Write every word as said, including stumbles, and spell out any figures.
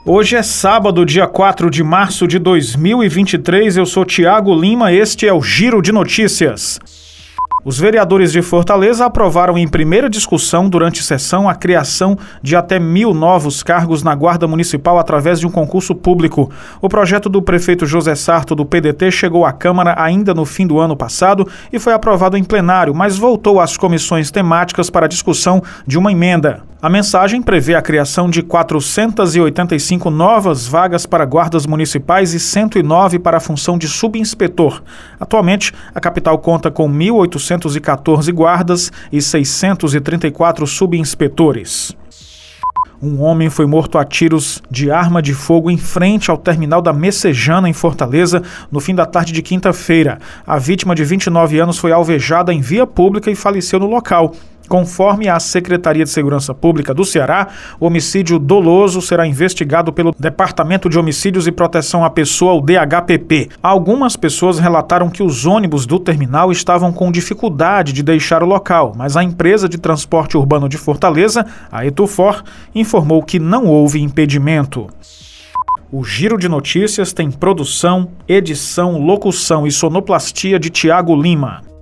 Hoje é sábado, dia quatro de março de dois mil e vinte e três. Eu sou Tiago Lima, este é o Giro de Notícias. Os vereadores de Fortaleza aprovaram em primeira discussão durante sessão a criação de até mil novos cargos na Guarda Municipal através de um concurso público. O projeto do prefeito José Sarto, do P D T, chegou à Câmara ainda no fim do ano passado e foi aprovado em plenário, mas voltou às comissões temáticas para a discussão de uma emenda. A mensagem prevê a criação de quatrocentas e oitenta e cinco novas vagas para guardas municipais e cento e nove para a função de subinspetor. Atualmente, a capital conta com mil oitocentos e quatorze guardas e seiscentos e trinta e quatro subinspetores. Um homem foi morto a tiros de arma de fogo em frente ao terminal da Messejana, em Fortaleza, no fim da tarde de quinta-feira. A vítima, de vinte e nove anos, foi alvejada em via pública e faleceu no local. Conforme a Secretaria de Segurança Pública do Ceará, o homicídio doloso será investigado pelo Departamento de Homicídios e Proteção à Pessoa, o D H P P. Algumas pessoas relataram que os ônibus do terminal estavam com dificuldade de deixar o local, mas a empresa de transporte urbano de Fortaleza, a Etufor, informou que não houve impedimento. O Giro de Notícias tem produção, edição, locução e sonoplastia de Tiago Lima.